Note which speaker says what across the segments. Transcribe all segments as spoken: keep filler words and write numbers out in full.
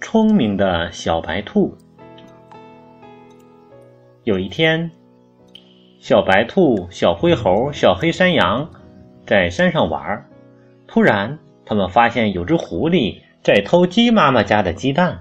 Speaker 1: 聪明的小白兔。有一天，小白兔、小灰猴、小黑山羊在山上玩，突然他们发现有只狐狸在偷鸡妈妈家的鸡蛋。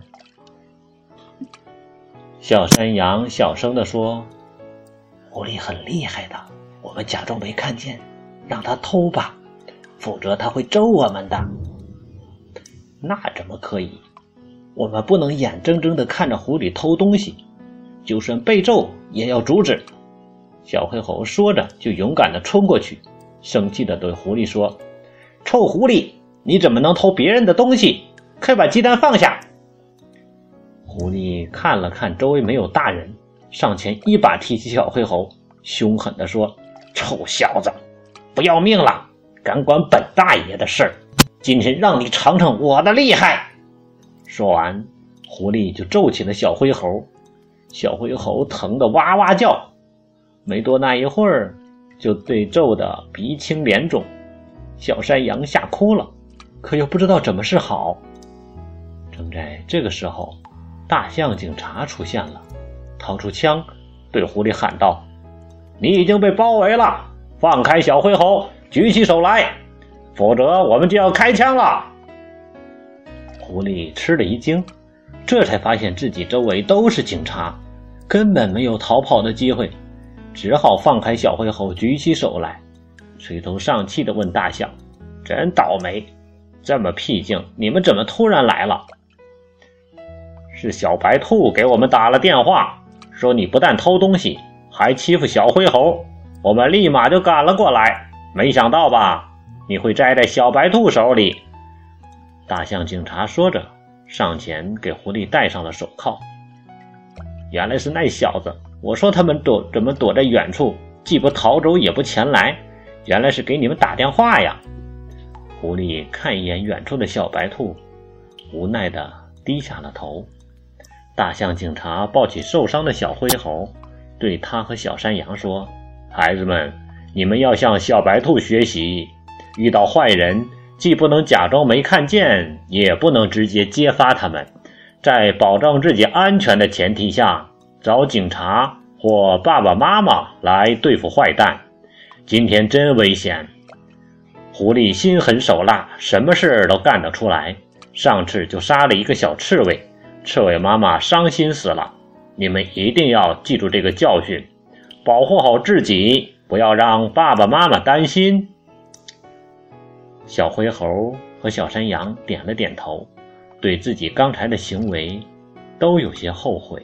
Speaker 1: 小山羊小声地说：狐狸很厉害的，我们假装没看见，让他偷吧，否则他会咒我们的。那怎么可以？我们不能眼睁睁地看着狐狸偷东西，就算被咒也要阻止。小黑猴说着就勇敢地冲过去，生气地对狐狸说：臭狐狸，你怎么能偷别人的东西？快把鸡蛋放下！狐狸看了看周围没有大人，上前一把提起小黑猴，凶狠地说：臭小子，不要命了，敢管本大爷的事儿，今天让你尝尝我的厉害！说完，狐狸就揍起了小灰猴，小灰猴疼得哇哇叫，没多那一会儿就被揍得鼻青脸肿。小山羊吓哭了，可又不知道怎么是好。正在这个时候，大象警察出现了，掏出枪对狐狸喊道：你已经被包围了，放开小灰猴，举起手来，否则我们就要开枪了。狐狸吃了一惊，这才发现自己周围都是警察，根本没有逃跑的机会，只好放开小灰猴，举起手来，垂头丧气地问大象：真倒霉，这么僻静，你们怎么突然来了？是小白兔给我们打了电话，说你不但偷东西，还欺负小灰猴，我们立马就赶了过来，没想到吧，你会栽在小白兔手里。大象警察说着，上前给狐狸戴上了手铐。原来是那小子，我说他们躲怎么躲在远处，既不逃走也不前来，原来是给你们打电话呀。狐狸看一眼远处的小白兔，无奈地低下了头。大象警察抱起受伤的小灰猴，对他和小山羊说：孩子们，你们要向小白兔学习，遇到坏人既不能假装没看见，也不能直接揭发他们，在保障自己安全的前提下，找警察或爸爸妈妈来对付坏蛋。今天真危险。狐狸心狠手辣，什么事都干得出来，上次就杀了一个小刺猬，刺猬妈妈伤心死了。你们一定要记住这个教训，保护好自己，不要让爸爸妈妈担心。小灰猴和小山羊点了点头，对自己刚才的行为都有些后悔。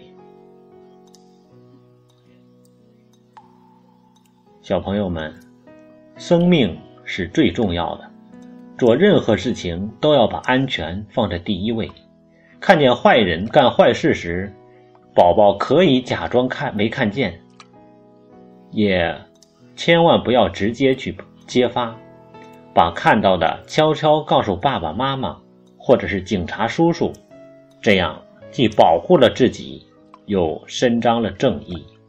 Speaker 1: 小朋友们，生命是最重要的，做任何事情都要把安全放在第一位。看见坏人干坏事时，宝宝可以假装看没看见，也千万不要直接去揭发，把看到的悄悄告诉爸爸妈妈或者是警察叔叔，这样既保护了自己，又伸张了正义。